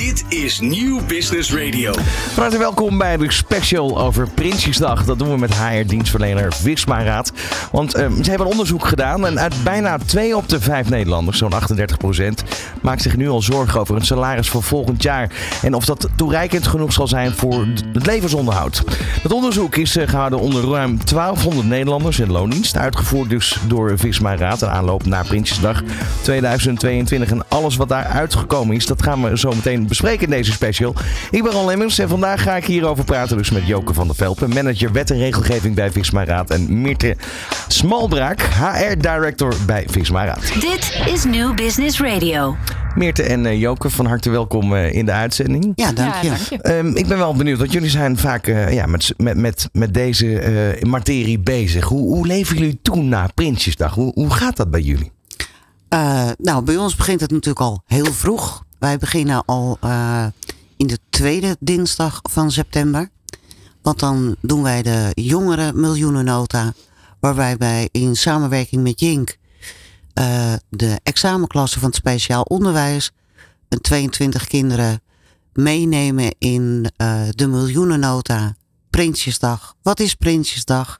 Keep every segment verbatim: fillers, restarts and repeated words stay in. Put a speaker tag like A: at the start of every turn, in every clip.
A: Dit is Nieuw Business Radio.
B: Van harte welkom bij de special over Prinsjesdag. Dat doen we met H R-dienstverlener Visma Raad. Want uh, ze hebben een onderzoek gedaan en uit bijna twee op de vijf Nederlanders, zo'n achtendertig procent, maakt zich nu al zorgen over hun salaris voor volgend jaar. En of dat toereikend genoeg zal zijn voor het levensonderhoud. Dat onderzoek is uh, gehouden onder ruim twaalfhonderd Nederlanders in loondienst. Uitgevoerd dus door Visma Raad in aanloop naar Prinsjesdag tweeduizend tweeëntwintig. En alles wat daar uitgekomen is, dat gaan we zo meteen bespreken in deze special. Ik ben Ron Lemmens en vandaag ga ik hierover praten dus met Joke van der Velpen, manager wet en regelgeving bij Visma Raad, en Meerte Smalbraak, H R-director bij Visma Raad.
C: Dit is Nieuw Business Radio.
B: Meerte en uh, Joke, van harte welkom uh, in de uitzending.
D: Ja, dank je.
C: Ja, dank je.
B: Um, ik ben wel benieuwd, want jullie zijn vaak uh, ja, met, met, met, met deze uh, materie bezig. Hoe, hoe leven jullie toe na Prinsjesdag? Hoe, hoe gaat dat bij jullie?
D: Uh, nou, bij ons begint het natuurlijk al heel vroeg. Wij beginnen al uh, in de tweede dinsdag van september. Want dan doen wij de jongere miljoenennota, waarbij wij in samenwerking met Jink uh, de examenklassen van het speciaal onderwijs en tweeëntwintig kinderen meenemen in uh, de miljoenennota Prinsjesdag. Wat is Prinsjesdag?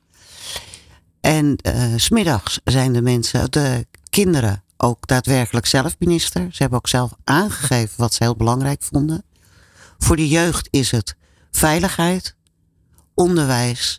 D: En uh, 's middags zijn de mensen, de kinderen, ook daadwerkelijk zelf minister. Ze hebben ook zelf aangegeven wat ze heel belangrijk vonden. Voor de jeugd is het veiligheid, onderwijs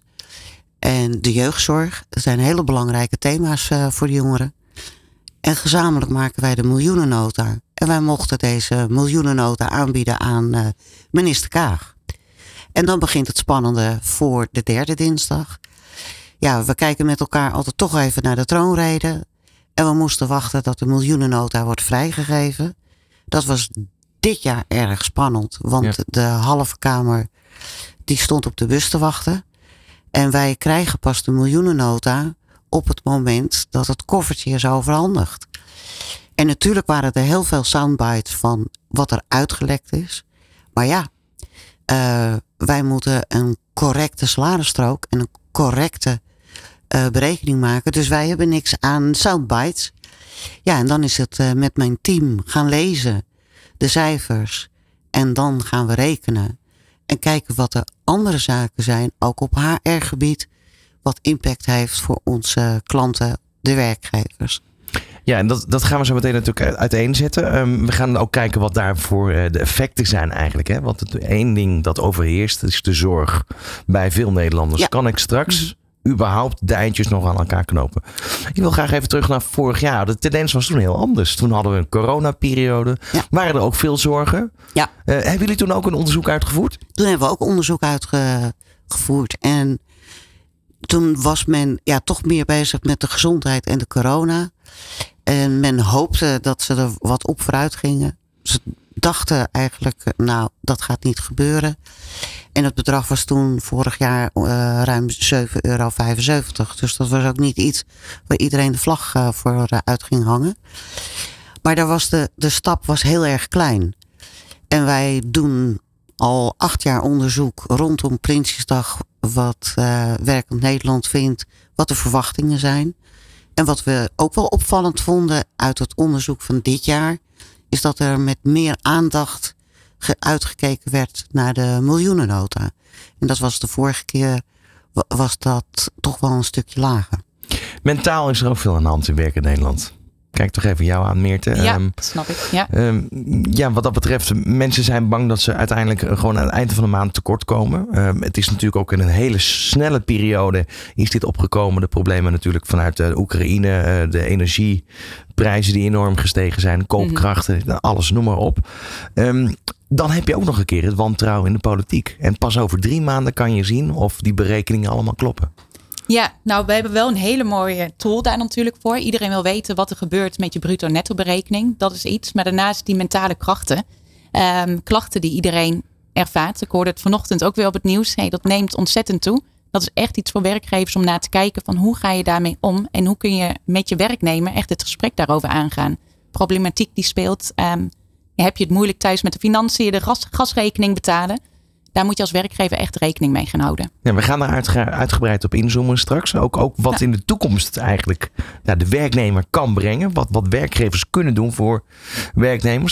D: en de jeugdzorg. Dat zijn hele belangrijke thema's uh, voor de jongeren. En gezamenlijk maken wij de miljoenennota. En wij mochten deze miljoenennota aanbieden aan uh, minister Kaag. En dan begint het spannende voor de derde dinsdag. Ja, we kijken met elkaar altijd toch even naar de troonrede. En we moesten wachten dat de miljoenennota wordt vrijgegeven. Dat was dit jaar erg spannend. Want ja. de halve Kamer die stond op de bus te wachten. En wij krijgen pas de miljoenennota op het moment dat het koffertje is overhandigd. En natuurlijk waren er heel veel soundbites van wat er uitgelekt is. Maar ja, uh, wij moeten een correcte salarisstrook en een correcte Uh, berekening maken. Dus wij hebben niks aan soundbites. Ja, en dan is het uh, met mijn team gaan lezen, de cijfers. En dan gaan we rekenen. En kijken wat de andere zaken zijn, ook op H R-gebied. Wat impact heeft voor onze klanten, de werkgevers.
B: Ja, en dat, dat gaan we zo meteen natuurlijk uiteenzetten. Um, we gaan ook kijken wat daarvoor uh, de effecten zijn eigenlijk. Hè? Want het één ding dat overheerst is de zorg bij veel Nederlanders. Ja. Kan ik straks Mm-hmm. überhaupt de eindjes nog aan elkaar knopen? Ik wil graag even terug naar vorig jaar. De tendens was toen heel anders. Toen hadden we een coronaperiode. Ja. Waren er ook veel zorgen?
D: Ja.
B: Uh, hebben jullie toen ook een onderzoek uitgevoerd?
D: Toen hebben we ook onderzoek uitgevoerd. En toen was men ja, toch meer bezig met de gezondheid en de corona. En men hoopte dat ze er wat op vooruit gingen. Ze dachten eigenlijk, nou, dat gaat niet gebeuren. En het bedrag was toen vorig jaar uh, ruim zeven euro vijfenzeventig. Dus dat was ook niet iets waar iedereen de vlag uh, voor uh, uit ging hangen. Maar daar was de, de stap was heel erg klein. En wij doen al acht jaar onderzoek rondom Prinsjesdag. Wat uh, Werkend Nederland vindt, wat de verwachtingen zijn. En wat we ook wel opvallend vonden uit het onderzoek van dit jaar, is dat er met meer aandacht uitgekeken werd naar de miljoenennota. En dat was de vorige keer, was dat toch wel een stukje lager.
B: Mentaal is er ook veel aan de hand in Werkend Nederland. Kijk toch even jou aan, Meerte.
C: Ja,
B: um,
C: snap ik. Ja.
B: Um, ja, wat dat betreft, mensen zijn bang dat ze uiteindelijk gewoon aan het eind van de maand tekort komen. Um, het is natuurlijk ook in een hele snelle periode is dit opgekomen. De problemen natuurlijk vanuit de Oekraïne, uh, de energieprijzen die enorm gestegen zijn, koopkrachten, mm-hmm. alles, noem maar op. Um, dan heb je ook nog een keer het wantrouwen in de politiek. En pas over drie maanden kan je zien of die berekeningen allemaal kloppen.
C: Ja, nou we hebben wel een hele mooie tool daar natuurlijk voor. Iedereen wil weten wat er gebeurt met je bruto-netto berekening. Dat is iets. Maar daarnaast die mentale krachten. Um, klachten die iedereen ervaart. Ik hoorde het vanochtend ook weer op het nieuws. Hey, dat neemt ontzettend toe. Dat is echt iets voor werkgevers om naar te kijken van hoe ga je daarmee om. En hoe kun je met je werknemer echt het gesprek daarover aangaan. Problematiek die speelt. Um, heb je het moeilijk thuis met de financiën, de gas, gasrekening betalen. Daar moet je als werkgever echt rekening mee gaan houden.
B: Ja, we gaan daar uitge- uitgebreid op inzoomen straks. Ook, ook wat ja. in de toekomst eigenlijk ja, de werknemer kan brengen. Wat, wat werkgevers kunnen doen voor werknemers.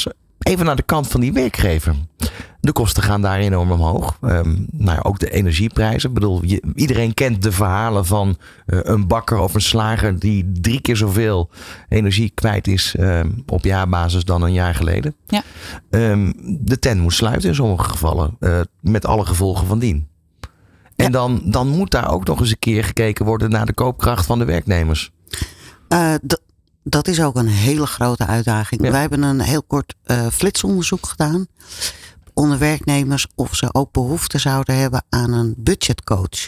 B: Even naar de kant van die werkgever. De kosten gaan daar enorm omhoog. Um, nou ja, ook de energieprijzen. Ik bedoel, je, iedereen kent de verhalen van uh, een bakker of een slager die drie keer zoveel energie kwijt is um, op jaarbasis dan een jaar geleden.
C: Ja.
B: Um, de tent moet sluiten in sommige gevallen. Uh, met alle gevolgen van dien. En ja. dan, dan moet daar ook nog eens een keer gekeken worden naar de koopkracht van de werknemers.
D: Uh, d- dat is ook een hele grote uitdaging. Ja. Wij hebben een heel kort uh, flitsonderzoek gedaan onder werknemers of ze ook behoefte zouden hebben aan een budgetcoach.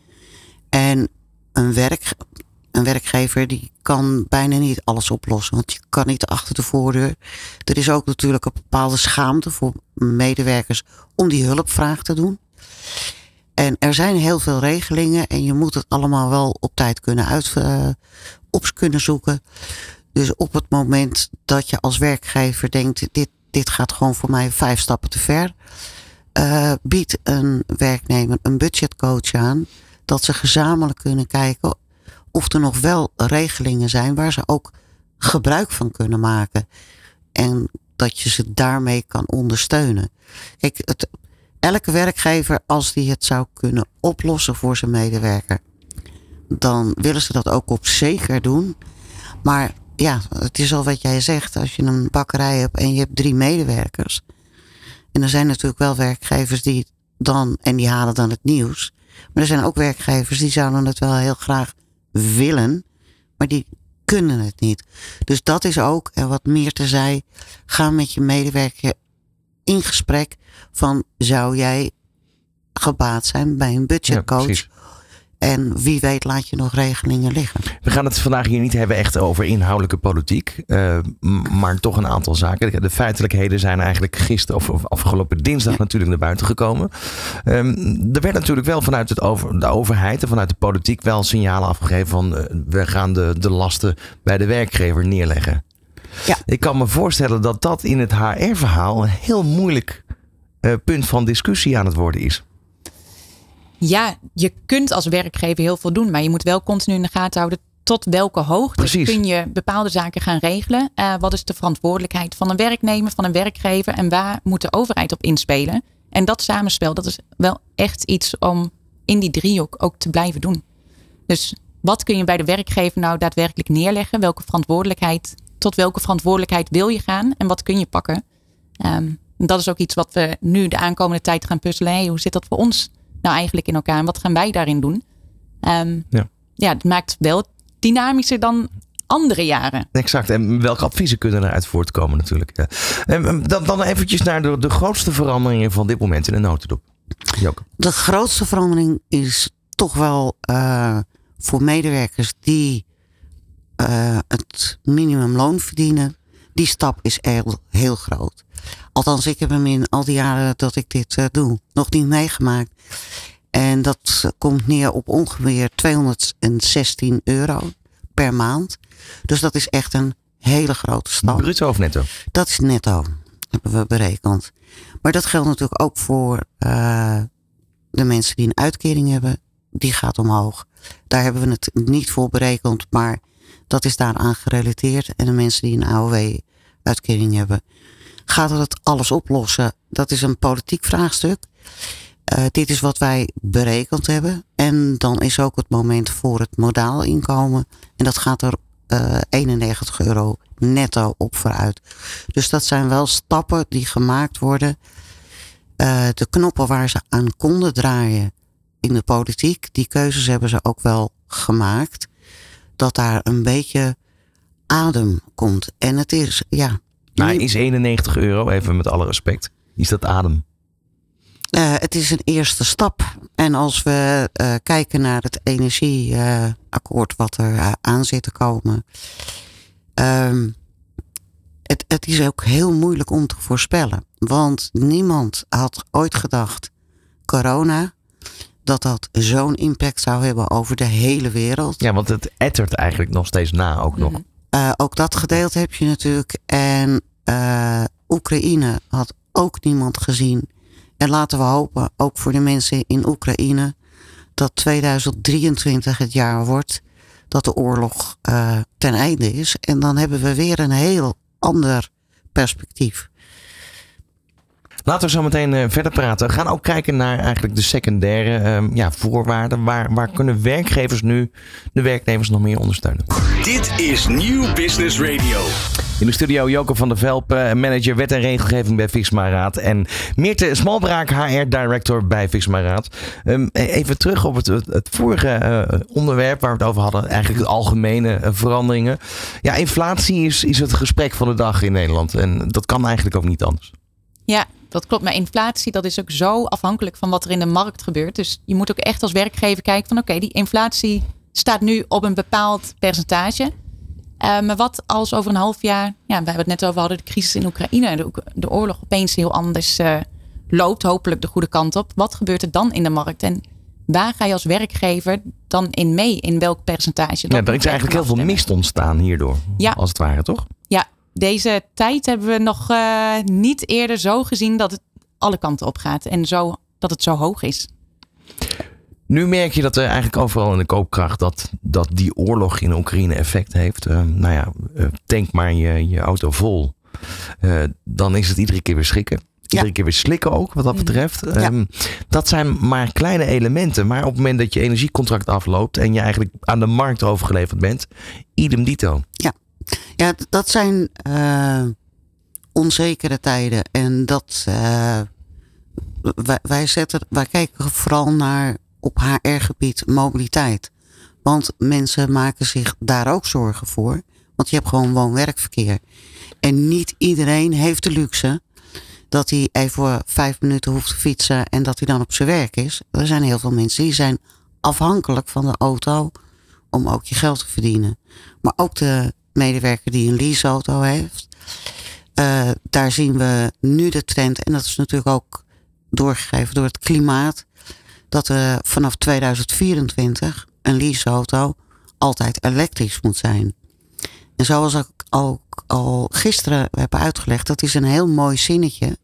D: En een, werk, een werkgever die kan bijna niet alles oplossen. Want je kan niet achter de voordeur. Er is ook natuurlijk een bepaalde schaamte voor medewerkers om die hulpvraag te doen. En er zijn heel veel regelingen en je moet het allemaal wel op tijd kunnen uit, uh, op kunnen zoeken. Dus op het moment dat je als werkgever denkt, dit, dit gaat gewoon voor mij vijf stappen te ver. Uh, biedt een werknemer een budgetcoach aan. Dat ze gezamenlijk kunnen kijken of er nog wel regelingen zijn waar ze ook gebruik van kunnen maken. En dat je ze daarmee kan ondersteunen. Kijk, het, elke werkgever, als die het zou kunnen oplossen voor zijn medewerker, dan willen ze dat ook op zeker doen. Maar ja, het is al wat jij zegt. Als je een bakkerij hebt en je hebt drie medewerkers. En er zijn natuurlijk wel werkgevers die dan, en die halen dan het nieuws. Maar er zijn ook werkgevers die zouden het wel heel graag willen. Maar die kunnen het niet. Dus dat is ook, en wat Meerte zei, ga met je medewerker in gesprek van, zou jij gebaat zijn bij een budgetcoach? Ja, en wie weet laat je nog regelingen liggen.
B: We gaan het vandaag hier niet hebben echt over inhoudelijke politiek. Uh, maar toch een aantal zaken. De feitelijkheden zijn eigenlijk gisteren of, of afgelopen dinsdag ja. natuurlijk naar buiten gekomen. Um, er werd natuurlijk wel vanuit het over, de overheid en vanuit de politiek wel signalen afgegeven van uh, we gaan de, de lasten bij de werkgever neerleggen. Ja. Ik kan me voorstellen dat dat in het H R-verhaal een heel moeilijk uh, punt van discussie aan het worden is.
C: Ja, je kunt als werkgever heel veel doen, maar je moet wel continu in de gaten houden tot welke hoogte Precies. kun je bepaalde zaken gaan regelen. Uh, wat is de verantwoordelijkheid van een werknemer, van een werkgever en waar moet de overheid op inspelen? En dat samenspel, dat is wel echt iets om in die driehoek ook te blijven doen. Dus wat kun je bij de werkgever nou daadwerkelijk neerleggen? Welke verantwoordelijkheid, tot welke verantwoordelijkheid wil je gaan en wat kun je pakken? Um, dat is ook iets wat we nu de aankomende tijd gaan puzzelen. Hey, hoe zit dat voor ons nou eigenlijk in elkaar en wat gaan wij daarin doen? Um, ja. ja, het maakt wel dynamischer dan andere jaren.
B: Exact. En welke adviezen kunnen eruit voortkomen natuurlijk. Ja. En dan, dan eventjes naar de, de grootste veranderingen van dit moment in de notendop. Joke.
D: De grootste verandering is toch wel uh, voor medewerkers die uh, het minimumloon verdienen. Die stap is heel, heel groot. Althans, ik heb hem in al die jaren dat ik dit uh, doe nog niet meegemaakt. En dat uh, komt neer op ongeveer tweehonderdzestien euro per maand. Dus dat is echt een hele grote stap.
B: Bruto of netto?
D: Dat is netto, hebben we berekend. Maar dat geldt natuurlijk ook voor uh, de mensen die een uitkering hebben. Die gaat omhoog. Daar hebben we het niet voor berekend, maar dat is daaraan gerelateerd. En de mensen die een A O W-uitkering hebben. Gaat het alles oplossen? Dat is een politiek vraagstuk. Uh, dit is wat wij berekend hebben. En dan is ook het moment voor het modaal inkomen. En dat gaat er uh, eenennegentig euro netto op vooruit. Dus dat zijn wel stappen die gemaakt worden. Uh, de knoppen waar ze aan konden draaien in de politiek. Die keuzes hebben ze ook wel gemaakt. Dat daar een beetje adem komt. En het is, ja...
B: Maar is eenennegentig euro, even met alle respect, is dat adem?
D: Uh, het is een eerste stap. En als we uh, kijken naar het energieakkoord uh, wat er uh, aan zit te komen. Um, het, het is ook heel moeilijk om te voorspellen. Want niemand had ooit gedacht, corona, dat dat zo'n impact zou hebben over de hele wereld.
B: Ja, want het ettert eigenlijk nog steeds na ook nog. Mm-hmm.
D: Uh, ook dat gedeelte heb je natuurlijk. En uh, Oekraïne had ook niemand gezien. En laten we hopen, ook voor de mensen in Oekraïne, dat tweeduizend drieëntwintig het jaar wordt dat de oorlog uh, ten einde is. En dan hebben we weer een heel ander perspectief.
B: Laten we zo meteen uh, verder praten. We gaan ook kijken naar eigenlijk de secundaire uh, ja, voorwaarden. Waar, waar kunnen werkgevers nu de werknemers nog meer ondersteunen?
A: Dit is Nieuw Business Radio.
B: In de studio Joke van der Velp, uh, manager wet en regelgeving bij Visma Raad. En Meerte Smalbraak, H R director bij Visma Raad. Um, even terug op het, het vorige uh, onderwerp waar we het over hadden. Eigenlijk de algemene uh, veranderingen. Ja, inflatie is, is het gesprek van de dag in Nederland. En dat kan eigenlijk ook niet anders.
C: Ja, dat klopt. Maar inflatie, dat is ook zo afhankelijk van wat er in de markt gebeurt. Dus je moet ook echt als werkgever kijken van oké, okay, die inflatie staat nu op een bepaald percentage. Uh, maar wat als over een half jaar, ja, we hebben het net over hadden, de crisis in Oekraïne, de, de oorlog opeens heel anders uh, loopt, hopelijk de goede kant op. Wat gebeurt er dan in de markt? En waar ga je als werkgever dan in mee? In welk percentage?
B: Ja, er is eigenlijk heel veel mist ontstaan hierdoor, ja. als het ware, toch?
C: Ja, deze tijd hebben we nog uh, niet eerder zo gezien dat het alle kanten op gaat en zo, dat het zo hoog is.
B: Nu merk je dat er eigenlijk overal in de koopkracht dat, dat die oorlog in Oekraïne effect heeft. Uh, nou ja, uh, tank maar je, je auto vol. Uh, dan is het iedere keer weer schrikken. Iedere ja. keer weer slikken ook, wat dat betreft. Ja. Um, dat zijn maar kleine elementen. Maar op het moment dat je energiecontract afloopt en je eigenlijk aan de markt overgeleverd bent, idem dito.
D: Ja, ja dat zijn uh, onzekere tijden. En dat uh, wij, wij, zetten, wij kijken vooral naar op H R-gebied mobiliteit. Want mensen maken zich daar ook zorgen voor. Want je hebt gewoon woon-werkverkeer. En niet iedereen heeft de luxe dat hij even vijf minuten hoeft te fietsen en dat hij dan op zijn werk is. Er zijn heel veel mensen die zijn afhankelijk van de auto om ook je geld te verdienen. Maar ook de medewerker die een leaseauto heeft. Uh, daar zien we nu de trend. En dat is natuurlijk ook doorgegeven door het klimaat. Dat er vanaf tweeduizend vierentwintig een leaseauto altijd elektrisch moet zijn. En zoals ik ook al gisteren heb uitgelegd, dat is een heel mooi zinnetje.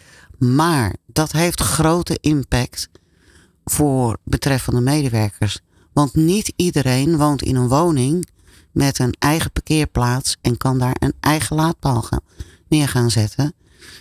D: Maar dat heeft grote impact voor betreffende medewerkers. Want niet iedereen woont in een woning met een eigen parkeerplaats en kan daar een eigen laadpaal gaan, neer gaan zetten.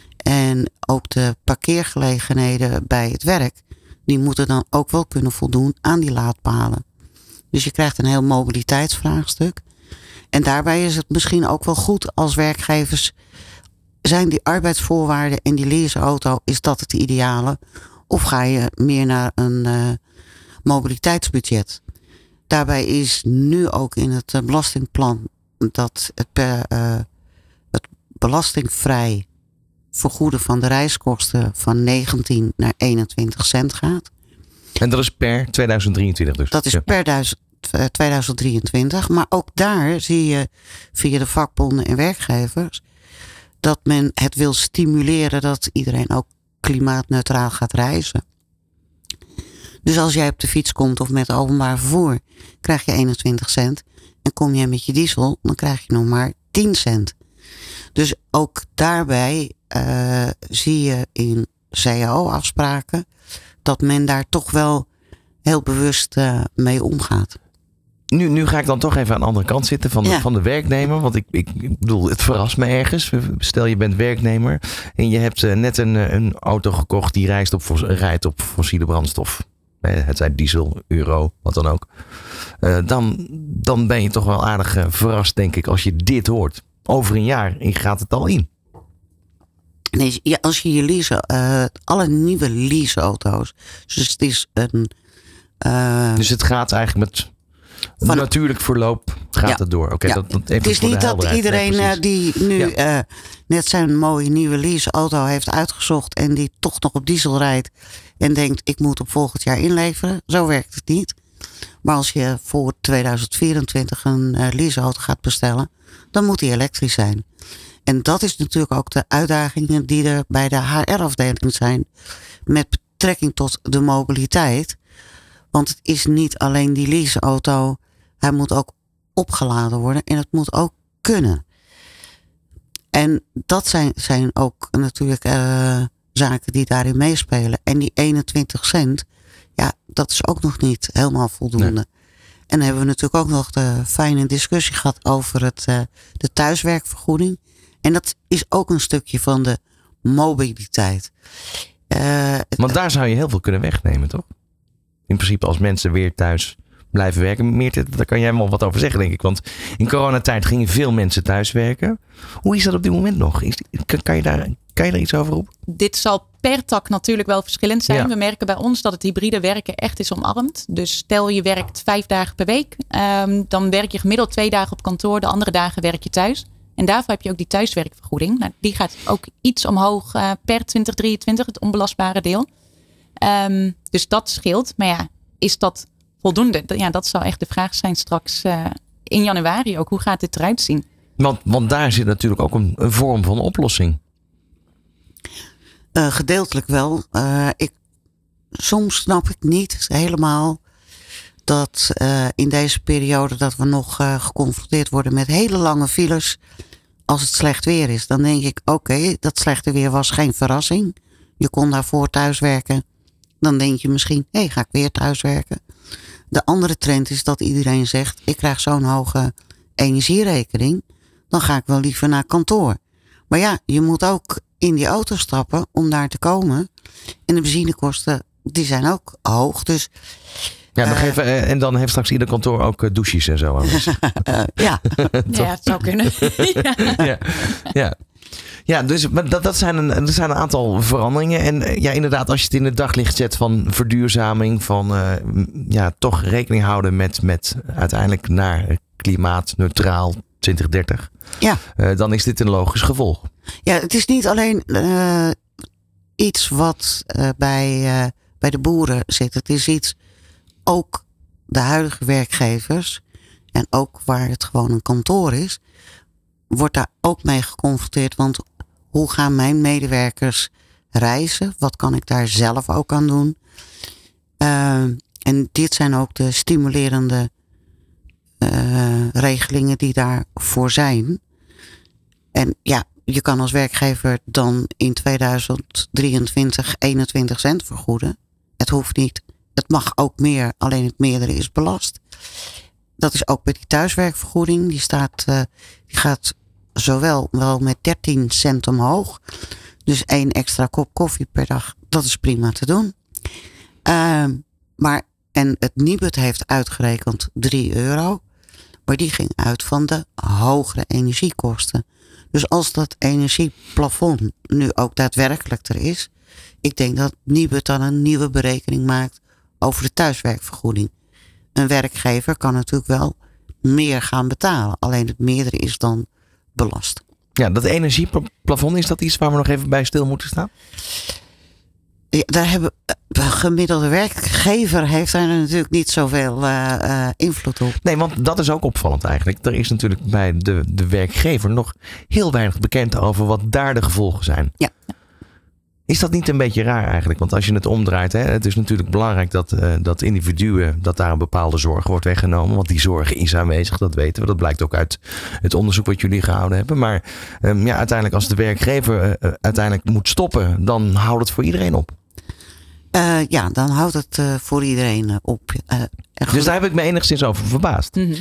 D: En ook de parkeergelegenheden bij het werk, die moeten dan ook wel kunnen voldoen aan die laadpalen. Dus je krijgt een heel mobiliteitsvraagstuk. En daarbij is het misschien ook wel goed als werkgevers, zijn die arbeidsvoorwaarden en die leaseauto, is dat het ideale? Of ga je meer naar een uh, mobiliteitsbudget? Daarbij is nu ook in het uh, belastingplan dat het, per, uh, het belastingvrij vergoeden van de reiskosten van negentien naar eenentwintig cent gaat.
B: En dat is per tweeduizend drieëntwintig dus?
D: Dat is
B: ja.
D: per duizend, tweeduizend drieëntwintig. Maar ook daar zie je via de vakbonden en werkgevers dat men het wil stimuleren dat iedereen ook klimaatneutraal gaat reizen. Dus als jij op de fiets komt of met openbaar vervoer, krijg je eenentwintig cent. En kom je met je diesel, dan krijg je nog maar tien cent. Dus ook daarbij uh, zie je in C A O-afspraken dat men daar toch wel heel bewust uh, mee omgaat.
B: Nu, nu ga ik dan toch even aan de andere kant zitten van de, ja. van de werknemer. Want ik, ik, ik bedoel, het verrast me ergens. Stel je bent werknemer en je hebt uh, net een, een auto gekocht die reist op, rijdt op fossiele brandstof. Het zij diesel, euro, wat dan ook. Uh, dan, dan ben je toch wel aardig uh, verrast, denk ik, als je dit hoort. Over een jaar gaat het al in.
D: Nee, ja, als je je lease, uh, alle nieuwe leaseauto's. Dus het is een. Uh,
B: dus het gaat eigenlijk met van, natuurlijk verloop gaat ja, het door. Oké,
D: ja.
B: dat, dat
D: het is niet dat iedereen nee, die nu ja. uh, net zijn mooie nieuwe leaseauto heeft uitgezocht en die toch nog op diesel rijdt en denkt ik moet op volgend jaar inleveren. Zo werkt het niet. Maar als je voor tweeduizend vierentwintig een uh, leaseauto gaat bestellen, dan moet die elektrisch zijn. En dat is natuurlijk ook de uitdagingen die er bij de H R-afdeling zijn met betrekking tot de mobiliteit. Want het is niet alleen die leaseauto, hij moet ook opgeladen worden en het moet ook kunnen. En dat zijn, zijn ook natuurlijk uh, zaken die daarin meespelen. En die eenentwintig cent, ja, dat is ook nog niet helemaal voldoende. Nee. En dan hebben we natuurlijk ook nog de fijne discussie gehad over het, uh, de thuiswerkvergoeding. En dat is ook een stukje van de mobiliteit. Uh,
B: Want daar zou je heel veel kunnen wegnemen, toch? In principe als mensen weer thuis blijven werken. Meerte, daar kan jij wel wat over zeggen, denk ik. Want in coronatijd gingen veel mensen thuiswerken. Hoe is dat op dit moment nog? Is, kan, je daar, kan je daar iets over roepen?
C: Dit zal per tak natuurlijk wel verschillend zijn.
B: Ja.
C: We merken bij ons dat het hybride werken echt is omarmd. Dus stel je werkt vijf dagen per week. Um, dan werk je gemiddeld twee dagen op kantoor. De andere dagen werk je thuis. En daarvoor heb je ook die thuiswerkvergoeding. Nou, die gaat ook iets omhoog uh, per twintig drieëntwintig, het onbelastbare deel. Um, dus dat scheelt. Maar ja, is dat voldoende? Ja, dat zal echt de vraag zijn straks uh, in januari ook. Hoe gaat dit eruit zien?
B: Want, want daar zit natuurlijk ook een, een vorm van oplossing.
D: Uh, gedeeltelijk wel. Uh, ik, soms snap ik niet helemaal dat uh, in deze periode dat we nog uh, geconfronteerd worden met hele lange files als het slecht weer is. Dan denk ik, oké, okay, dat slechte weer was geen verrassing. Je kon daarvoor thuiswerken. Dan denk je misschien, hé, hey, ga ik weer thuiswerken. De andere trend is dat iedereen zegt, ik krijg zo'n hoge energierekening. Dan ga ik wel liever naar kantoor. Maar ja, je moet ook in die auto stappen om daar te komen. En de benzinekosten, die zijn ook hoog. Dus
B: ja, nog uh, even, en dan heeft straks ieder kantoor ook douches en zo.
D: uh, ja.
C: ja, het zou kunnen. ja.
B: Ja, ja. Ja, dus dat, dat zijn een, er zijn een aantal veranderingen. En ja, inderdaad, als je het in het daglicht zet van verduurzaming, van uh, ja, toch rekening houden met, met uiteindelijk naar klimaatneutraal twintig dertig.
D: Ja.
B: Uh, dan is dit een logisch gevolg.
D: Ja, het is niet alleen uh, iets wat uh, bij, uh, bij de boeren zit. Het is iets, ook de huidige werkgevers en ook waar het gewoon een kantoor is, wordt daar ook mee geconfronteerd. Want hoe gaan mijn medewerkers reizen? Wat kan ik daar zelf ook aan doen? Uh, en dit zijn ook de stimulerende uh, regelingen die daarvoor zijn. En ja, je kan als werkgever dan in tweeduizend drieëntwintig eenentwintig cent vergoeden. Het hoeft niet. Het mag ook meer, alleen het meerdere is belast. Dat is ook bij die thuiswerkvergoeding. Die, staat, uh, die gaat zowel wel met dertien cent omhoog. Dus één extra kop koffie per dag. Dat is prima te doen. Uh, maar, en het Nibud heeft uitgerekend drie euro. Maar die ging uit van de hogere energiekosten. Dus als dat energieplafond nu ook daadwerkelijk er is. Ik denk dat Nibud dan een nieuwe berekening maakt over de thuiswerkvergoeding. Een werkgever kan natuurlijk wel meer gaan betalen. Alleen het meerdere is dan belast.
B: Ja, dat energieplafond, is dat iets waar we nog even bij stil moeten staan?
D: Ja, daar hebben de gemiddelde werkgever heeft daar natuurlijk niet zoveel uh, uh, invloed op.
B: Nee, want dat is ook opvallend eigenlijk. Er is natuurlijk bij de, de werkgever nog heel weinig bekend over wat daar de gevolgen zijn.
D: Ja.
B: Is dat niet een beetje raar eigenlijk? Want als je het omdraait, hè, het is natuurlijk belangrijk dat, uh, dat individuen, dat daar een bepaalde zorg wordt weggenomen. Want die zorg is aanwezig, dat weten we. Dat blijkt ook uit het onderzoek wat jullie gehouden hebben. Maar um, ja, uiteindelijk als de werkgever uh, uiteindelijk moet stoppen, dan houdt het voor iedereen op.
D: Uh, ja, dan houdt het uh, voor iedereen uh, op. Uh,
B: dus daar heb ik me enigszins over verbaasd.
D: Mm-hmm.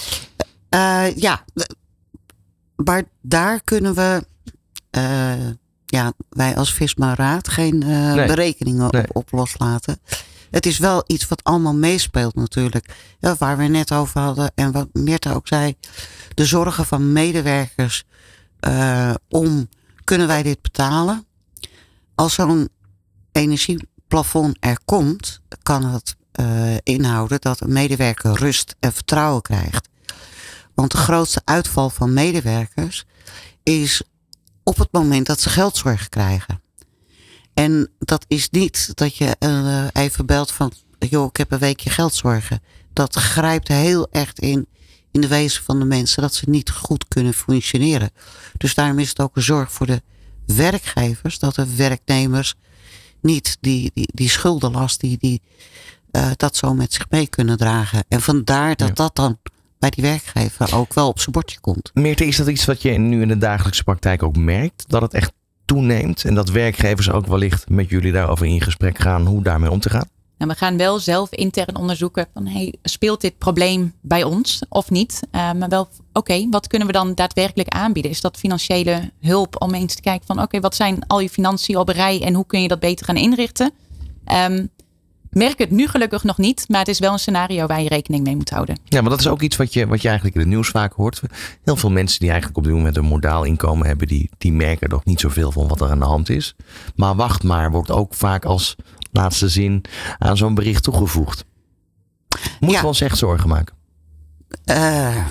D: uh, ja, maar daar kunnen we, uh, ja, wij als Visma Raad geen uh, nee. berekeningen nee. op, op loslaten. Het is wel iets wat allemaal meespeelt natuurlijk. Ja, waar we net over hadden en wat Meerte ook zei. De zorgen van medewerkers uh, om, kunnen wij dit betalen? Als zo'n energieplafond er komt, kan het uh, inhouden dat een medewerker rust en vertrouwen krijgt. Want de grootste uitval van medewerkers is op het moment dat ze geldzorgen krijgen. En dat is niet dat je uh, even belt van, joh, ik heb een weekje geldzorgen. Dat grijpt heel echt in, in de wezen van de mensen, dat ze niet goed kunnen functioneren. Dus daarom is het ook een zorg voor de werkgevers, dat de werknemers niet die, die, die schuldenlast, die, die uh, dat zo met zich mee kunnen dragen. En vandaar dat ja. dat dan bij die werkgever ook wel op zijn bordje komt.
B: Meerte, is dat iets wat je nu in de dagelijkse praktijk ook merkt? Dat het echt toeneemt en dat werkgevers ook wellicht met jullie daarover in gesprek gaan hoe daarmee om te gaan?
C: En we gaan wel zelf intern onderzoeken van hey, speelt dit probleem bij ons of niet? Uh, maar wel, oké, okay, wat kunnen we dan daadwerkelijk aanbieden? Is dat financiële hulp om eens te kijken van oké, okay, wat zijn al je financiën op een rij en hoe kun je dat beter gaan inrichten? Um, merk het nu gelukkig nog niet, maar het is wel een scenario waar je rekening mee moet houden.
B: Ja, maar dat is ook iets wat je, wat je eigenlijk in het nieuws vaak hoort. Heel veel mensen die eigenlijk op dit moment een modaal inkomen hebben, die, die merken nog niet zoveel van wat er aan de hand is. Maar wacht maar, wordt ook vaak als laatste zin aan zo'n bericht toegevoegd. Moeten ja. we ons echt zorgen maken?
D: Uh,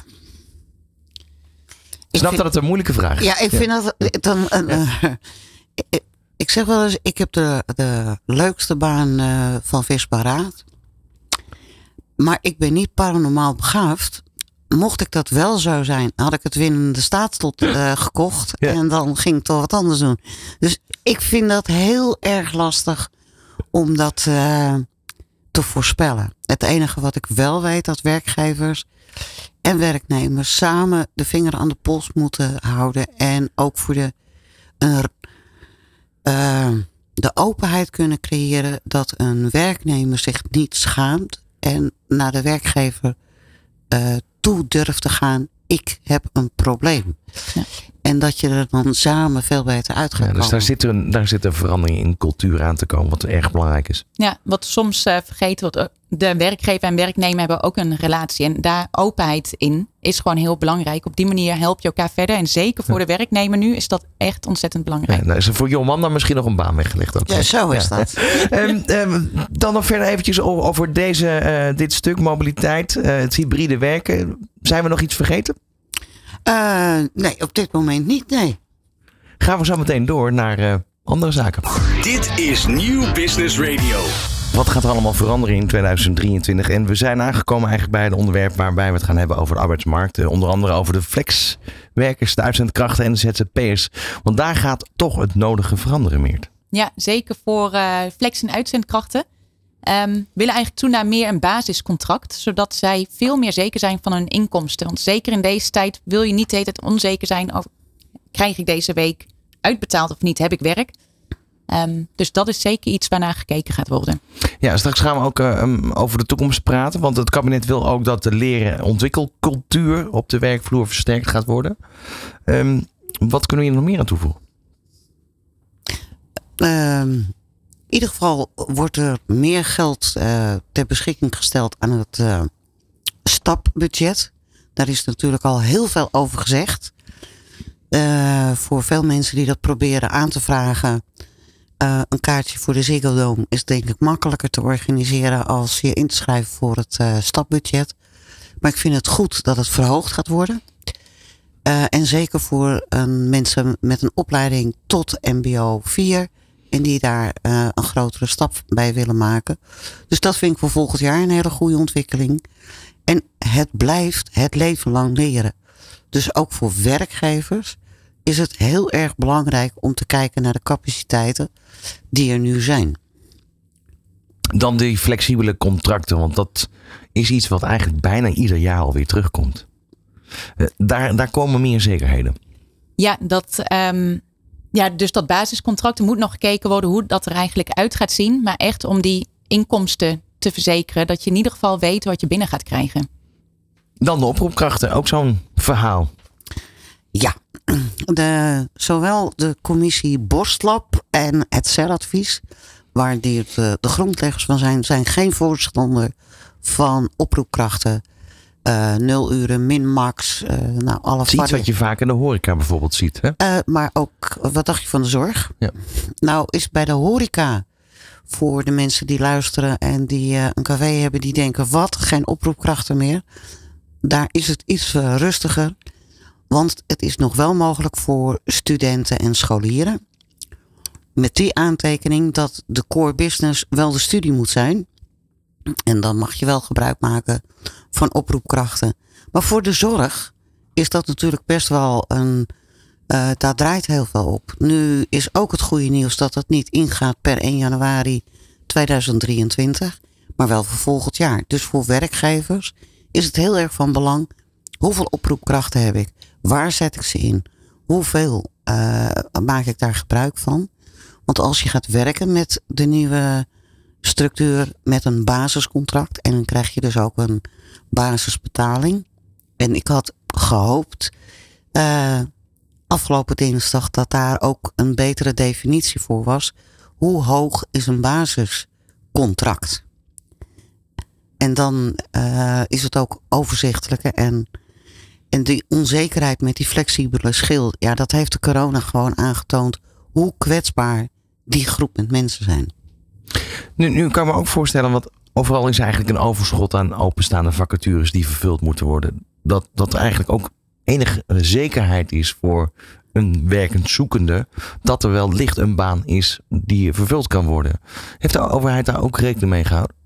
B: ik snap vind, dat het een moeilijke vraag is.
D: Ja, ik ja. vind dat dan... Uh, uh, ik, ik zeg wel eens, ik heb de, de leukste baan uh, van Visma-Raad. Maar ik ben niet paranormaal begaafd. Mocht ik dat wel zo zijn, had ik het winnende staatslot uh, gekocht. Ja. En dan ging ik toch wat anders doen. Dus ik vind dat heel erg lastig om dat uh, te voorspellen. Het enige wat ik wel weet, dat werkgevers en werknemers samen de vinger aan de pols moeten houden. En ook voor de, uh, uh, de openheid kunnen creëren dat een werknemer zich niet schaamt. En naar de werkgever uh, toe durft te gaan. Ik heb een probleem. Ja. En dat je er dan samen veel beter uit gaat
B: ja,
D: komen.
B: Dus daar zit, een, daar zit een verandering in cultuur aan te komen. Wat erg belangrijk is.
C: Ja, wat soms uh, vergeten wordt. De werkgever en werknemer hebben ook een relatie. En daar openheid in is gewoon heel belangrijk. Op die manier help je elkaar verder. En zeker voor ja. de werknemer nu is dat echt ontzettend belangrijk.
B: Ja, nou is er voor Jomanda misschien nog een baan weggelegd. Ook.
D: Ja, zo is ja. dat.
B: um, um, dan nog verder eventjes over deze, uh, dit stuk mobiliteit. Uh, het hybride werken. Zijn we nog iets vergeten?
D: Uh, nee, op dit moment niet, nee.
B: Gaan we zo meteen door naar uh, andere zaken.
A: Dit is Nieuw Business Radio.
B: Wat gaat er allemaal veranderen in tweeduizend drieëntwintig? En we zijn aangekomen eigenlijk bij het onderwerp waarbij we het gaan hebben over de arbeidsmarkt. Uh, onder andere over de flexwerkers, de uitzendkrachten en de Z Z P'ers. Want daar gaat toch het nodige veranderen, Meert.
C: Ja, zeker voor uh, flex- en uitzendkrachten. Um, willen eigenlijk toe naar meer een basiscontract. Zodat zij veel meer zeker zijn van hun inkomsten. Want zeker in deze tijd wil je niet de hele tijd onzeker zijn over, krijg ik deze week uitbetaald of niet? Heb ik werk? Um, dus dat is zeker iets waarnaar gekeken gaat worden.
B: Ja, straks gaan we ook uh, um, over de toekomst praten. Want het kabinet wil ook dat de leren- en ontwikkelcultuur op de werkvloer versterkt gaat worden. Um, wat kunnen we hier nog meer aan toevoegen?
D: Um... In ieder geval wordt er meer geld uh, ter beschikking gesteld aan het uh, stapbudget. Daar is natuurlijk al heel veel over gezegd. Uh, voor veel mensen die dat proberen aan te vragen. Uh, een kaartje voor de Ziggo Dome is denk ik makkelijker te organiseren als je in te schrijven voor het uh, stapbudget. Maar ik vind het goed dat het verhoogd gaat worden. Uh, en zeker voor uh, mensen met een opleiding tot M B O vier. En die daar uh, een grotere stap bij willen maken. Dus dat vind ik voor volgend jaar een hele goede ontwikkeling. En het blijft het leven lang leren. Dus ook voor werkgevers is het heel erg belangrijk om te kijken naar de capaciteiten die er nu zijn.
B: Dan die flexibele contracten, want dat is iets wat eigenlijk bijna ieder jaar alweer terugkomt. Uh, daar, daar komen meer zekerheden.
C: Ja, dat... Um... Ja, dus dat basiscontract, er moet nog gekeken worden hoe dat er eigenlijk uit gaat zien. Maar echt om die inkomsten te verzekeren. Dat je in ieder geval weet wat je binnen gaat krijgen.
B: Dan de oproepkrachten, ook zo'n verhaal.
D: Ja, de, zowel de commissie Borstlab en het C E R-advies, waar die de, de grondleggers van zijn, zijn geen voorstander van oproepkrachten. Uh, nul uren, min max. Uh, nou, alle
B: het is iets wat je vaak in de horeca bijvoorbeeld ziet. Hè?
D: Uh, maar ook, wat dacht je van de zorg?
B: Ja.
D: Nou is bij de horeca, voor de mensen die luisteren en die uh, een café hebben, die denken, wat, geen oproepkrachten meer. Daar is het iets uh, rustiger. Want het is nog wel mogelijk voor studenten en scholieren. Met die aantekening dat de core business wel de studie moet zijn. En dan mag je wel gebruik maken van oproepkrachten. Maar voor de zorg is dat natuurlijk best wel een... Uh, daar draait heel veel op. Nu is ook het goede nieuws dat het niet ingaat per één januari tweeduizend drieëntwintig. Maar wel voor volgend jaar. Dus voor werkgevers is het heel erg van belang. Hoeveel oproepkrachten heb ik? Waar zet ik ze in? Hoeveel uh, maak ik daar gebruik van? Want als je gaat werken met de nieuwe structuur met een basiscontract. En dan krijg je dus ook een basisbetaling. En ik had gehoopt uh, afgelopen dinsdag dat daar ook een betere definitie voor was. Hoe hoog is een basiscontract? En dan uh, is het ook overzichtelijker. En, en die onzekerheid met die flexibele schil. Ja, dat heeft de corona gewoon aangetoond hoe kwetsbaar die groep met mensen zijn.
B: Nu, nu kan ik me ook voorstellen, want overal is eigenlijk een overschot aan openstaande vacatures die vervuld moeten worden. Dat, dat er eigenlijk ook enige zekerheid is voor een werkend zoekende dat er wel licht een baan is die vervuld kan worden. Heeft de overheid daar ook rekening mee gehouden?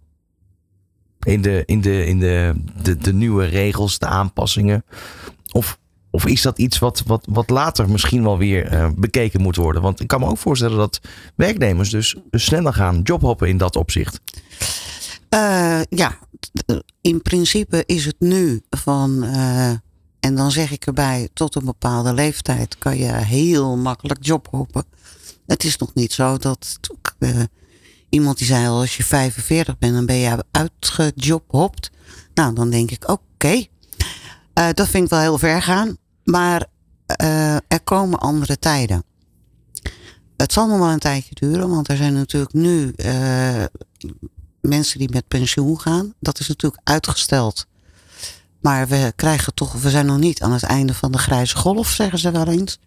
B: In de, in de, in de, de, de nieuwe regels, de aanpassingen? Of, of is dat iets wat, wat, wat later misschien wel weer uh, bekeken moet worden? Want ik kan me ook voorstellen dat werknemers dus sneller gaan jobhoppen in dat opzicht.
D: Uh, ja, in principe is het nu van, uh, en dan zeg ik erbij, tot een bepaalde leeftijd kan je heel makkelijk jobhoppen. Het is nog niet zo dat uh, iemand die zei al, als je vijfenveertig bent, dan ben je uitgejobhopt. Nou, dan denk ik, oké, okay. uh, dat vind ik wel heel ver gaan. Maar uh, er komen andere tijden. Het zal nog wel een tijdje duren, want er zijn natuurlijk nu uh, mensen die met pensioen gaan. Dat is natuurlijk uitgesteld. Maar we krijgen toch, we zijn nog niet aan het einde van de grijze golf, zeggen ze wel eens.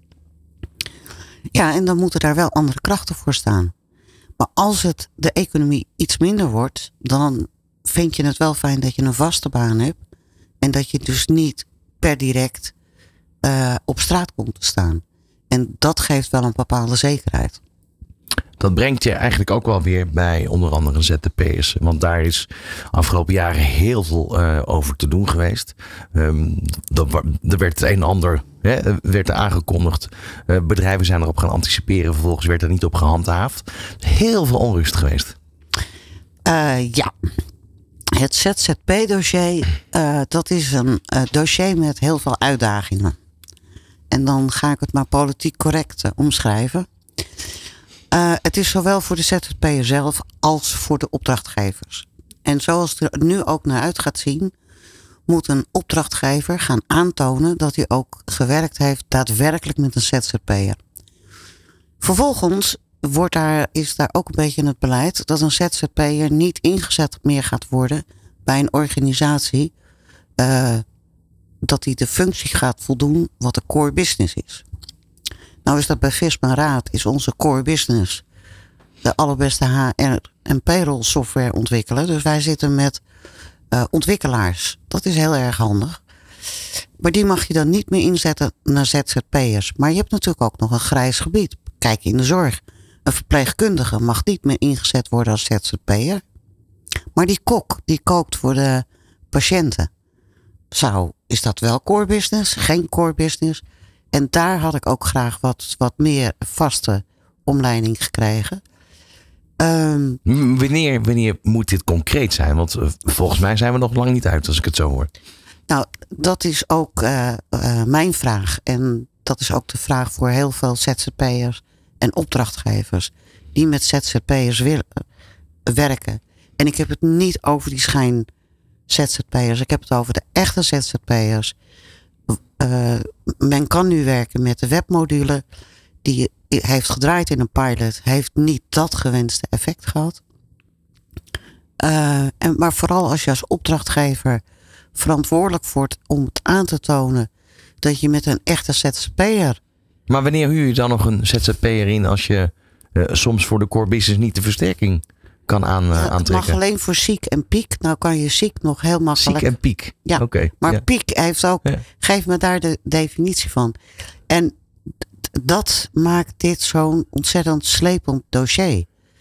D: Ja, en dan moeten daar wel andere krachten voor staan. Maar als het de economie iets minder wordt, dan vind je het wel fijn dat je een vaste baan hebt. En dat je dus niet per direct uh, op straat komt te staan. En dat geeft wel een bepaalde zekerheid.
B: Dat brengt je eigenlijk ook wel weer bij onder andere Z Z P'ers. Want daar is afgelopen jaren heel veel uh, over te doen geweest. Um, dat, er werd het een en ander hè, werd er aangekondigd. Uh, bedrijven zijn erop gaan anticiperen. Vervolgens werd er niet op gehandhaafd. Heel veel onrust geweest.
D: Uh, ja. Het Z Z P-dossier, uh, dat is een uh, dossier met heel veel uitdagingen. En dan ga ik het maar politiek correct uh, omschrijven. Uh, het is zowel voor de Z Z P'er zelf als voor de opdrachtgevers. En zoals het er nu ook naar uit gaat zien, moet een opdrachtgever gaan aantonen dat hij ook gewerkt heeft daadwerkelijk met een Z Z P'er. Vervolgens wordt daar, is daar ook een beetje het beleid dat een Z Z P'er niet ingezet meer gaat worden bij een organisatie, uh, dat hij de functie gaat voldoen wat de core business is. Nou is dat bij Visma Raad, is onze core business de allerbeste H R en payroll software ontwikkelen. Dus wij zitten met uh, ontwikkelaars. Dat is heel erg handig. Maar die mag je dan niet meer inzetten naar Z Z P'ers. Maar je hebt natuurlijk ook nog een grijs gebied. Kijk in de zorg. Een verpleegkundige mag niet meer ingezet worden als Z Z P'er. Maar die kok, die kookt voor de patiënten. Zou, is dat wel core business? Geen core business? En daar had ik ook graag wat, wat meer vaste omleiding gekregen. Um,
B: wanneer, wanneer moet dit concreet zijn? Want uh, volgens mij zijn we nog lang niet uit als ik het zo hoor.
D: Nou, dat is ook uh, uh, mijn vraag. En dat is ook de vraag voor heel veel Z Z P'ers en opdrachtgevers die met Z Z P'ers willen uh, werken. En ik heb het niet over die schijn Z Z P'ers. Ik heb het over de echte Z Z P'ers. Uh, men kan nu werken met de webmodule. Die heeft gedraaid in een pilot. Heeft niet dat gewenste effect gehad. Uh, en, maar vooral als je als opdrachtgever verantwoordelijk wordt om het aan te tonen dat je met een echte Z Z P'er.
B: Maar wanneer huur je dan nog een Z Z P'er in als je uh, soms voor de core business niet de versterking kan aan, uh,
D: ja,
B: aantrekken?
D: Het mag alleen voor ziek en piek. Nou kan je ziek nog heel makkelijk.
B: Ziek en piek?
D: Ja,
B: okay,
D: maar
B: ja.
D: piek heeft ook,
B: ja.
D: geef me daar de definitie van. En dat maakt dit zo'n ontzettend slepend dossier.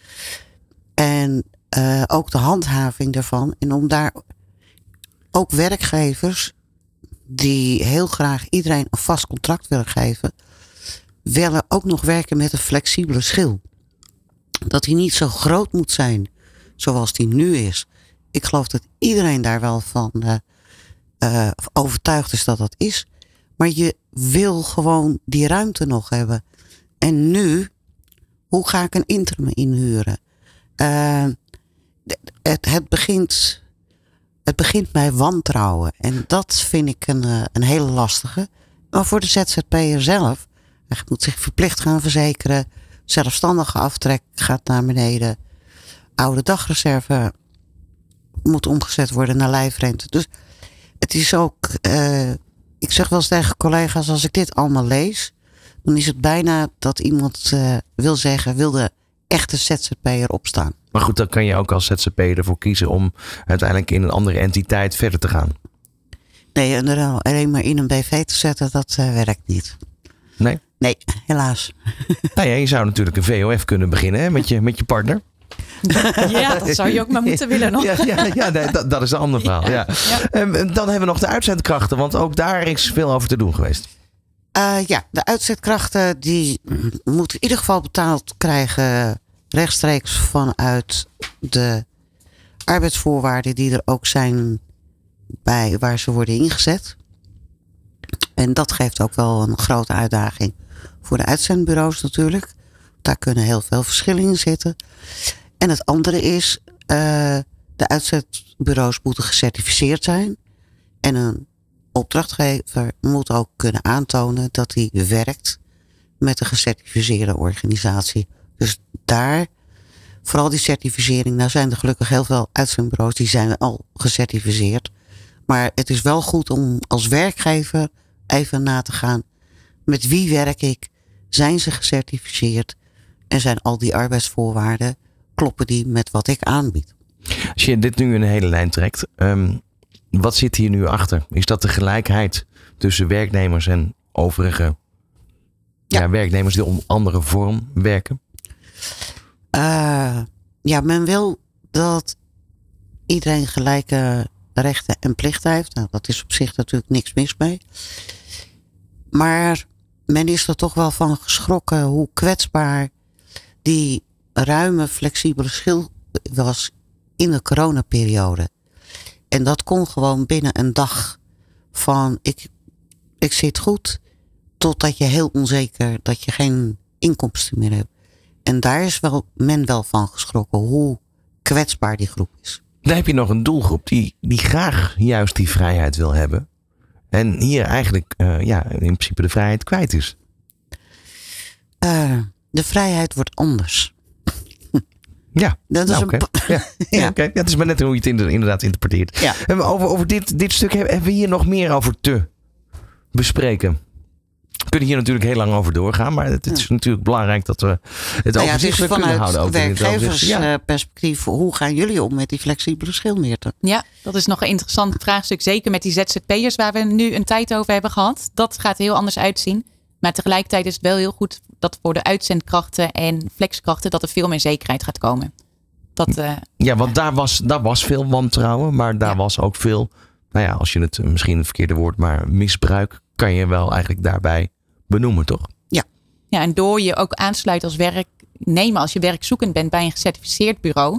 D: En uh, ook de handhaving daarvan. En om daar ook werkgevers die heel graag iedereen een vast contract willen geven, willen ook nog werken met een flexibele schil. Dat die niet zo groot moet zijn zoals die nu is. Ik geloof dat iedereen daar wel van uh, uh, overtuigd is dat dat is. Maar je wil gewoon die ruimte nog hebben. En nu, hoe ga ik een interim inhuren? Uh, het, het, begint, het begint bij wantrouwen. En dat vind ik een, een hele lastige. Maar voor de Z Z P'er zelf. Hij moet zich verplicht gaan verzekeren. Zelfstandige aftrek gaat naar beneden. Oude dagreserve moet omgezet worden naar lijfrente. Dus het is ook... Uh, ik zeg wel eens tegen collega's, als ik dit allemaal lees, dan is het bijna dat iemand uh, wil zeggen, wil de echte Z Z P'er opstaan.
B: Maar goed, dan kan je ook als Z Z P'er ervoor kiezen om uiteindelijk in een andere entiteit verder te gaan.
D: Nee, en alleen maar in een B V te zetten, dat uh, werkt niet.
B: Nee?
D: Nee, helaas.
B: Nou ja, je zou natuurlijk een V O F kunnen beginnen hè, met, je, met je partner.
C: Ja, dat zou je ook maar moeten willen nog.
B: Ja, ja, ja nee, dat, dat is een ander verhaal. Ja. Ja. Um, dan hebben we nog de uitzendkrachten, want ook daar is veel over te doen geweest.
D: Uh, ja, de uitzendkrachten die moeten in ieder geval betaald krijgen rechtstreeks vanuit de arbeidsvoorwaarden die er ook zijn bij waar ze worden ingezet. En dat geeft ook wel een grote uitdaging voor de uitzendbureaus natuurlijk. Daar kunnen heel veel verschillen in zitten. En het andere is, uh, de uitzendbureaus moeten gecertificeerd zijn. En een opdrachtgever moet ook kunnen aantonen dat hij werkt met een gecertificeerde organisatie. Dus daar, vooral die certificering, nou zijn er gelukkig heel veel uitzendbureaus die zijn al gecertificeerd. Maar het is wel goed om als werkgever even na te gaan, met wie werk ik? Zijn ze gecertificeerd? En zijn al die arbeidsvoorwaarden, kloppen die met wat ik aanbied?
B: Als je dit nu in een hele lijn trekt, um, wat zit hier nu achter? Is dat de gelijkheid tussen werknemers en overige ja. Ja, werknemers die om andere vorm werken?
D: Uh, ja, men wil dat iedereen gelijke rechten en plichten heeft. Nou, dat is op zich natuurlijk niks mis mee. Maar men is er toch wel van geschrokken hoe kwetsbaar die ruime, flexibele schil was in de coronaperiode. En dat kon gewoon binnen een dag van ik, ik zit goed, totdat je heel onzeker, dat je geen inkomsten meer hebt. En daar is wel, men wel van geschrokken hoe kwetsbaar die groep is.
B: Dan heb je nog een doelgroep die, die graag juist die vrijheid wil hebben. En hier eigenlijk uh, ja, in principe de vrijheid kwijt is.
D: Uh, de vrijheid wordt anders.
B: Ja,
D: dat is
B: nou,
D: een
B: okay. ja. ja, ja. Okay. Ja, het is maar net hoe je het inderdaad interpreteert. Ja. Over, over dit, dit stuk hebben we hier nog meer over te bespreken. We kunnen hier natuurlijk heel lang over doorgaan, maar het, het is ja. natuurlijk belangrijk dat we het nou overzichtelijk ja, kunnen houden.
D: Vanuit werkgeversperspectief, ja. hoe gaan jullie om met die flexibele schilmeerten?
C: Ja, dat is nog een interessant vraagstuk. Zeker met die Z Z P'ers waar we nu een tijd over hebben gehad. Dat gaat heel anders uitzien. Maar tegelijkertijd is het wel heel goed dat voor de uitzendkrachten en flexkrachten dat er veel meer zekerheid gaat komen. Dat, uh,
B: ja, want daar was, daar was veel wantrouwen, maar daar ja. was ook veel, nou ja, als je het misschien het verkeerde woord, maar misbruik kan je wel eigenlijk daarbij benoemen, toch?
C: Ja. Ja, en door je ook aansluit als werknemer, als je werkzoekend bent bij een gecertificeerd bureau,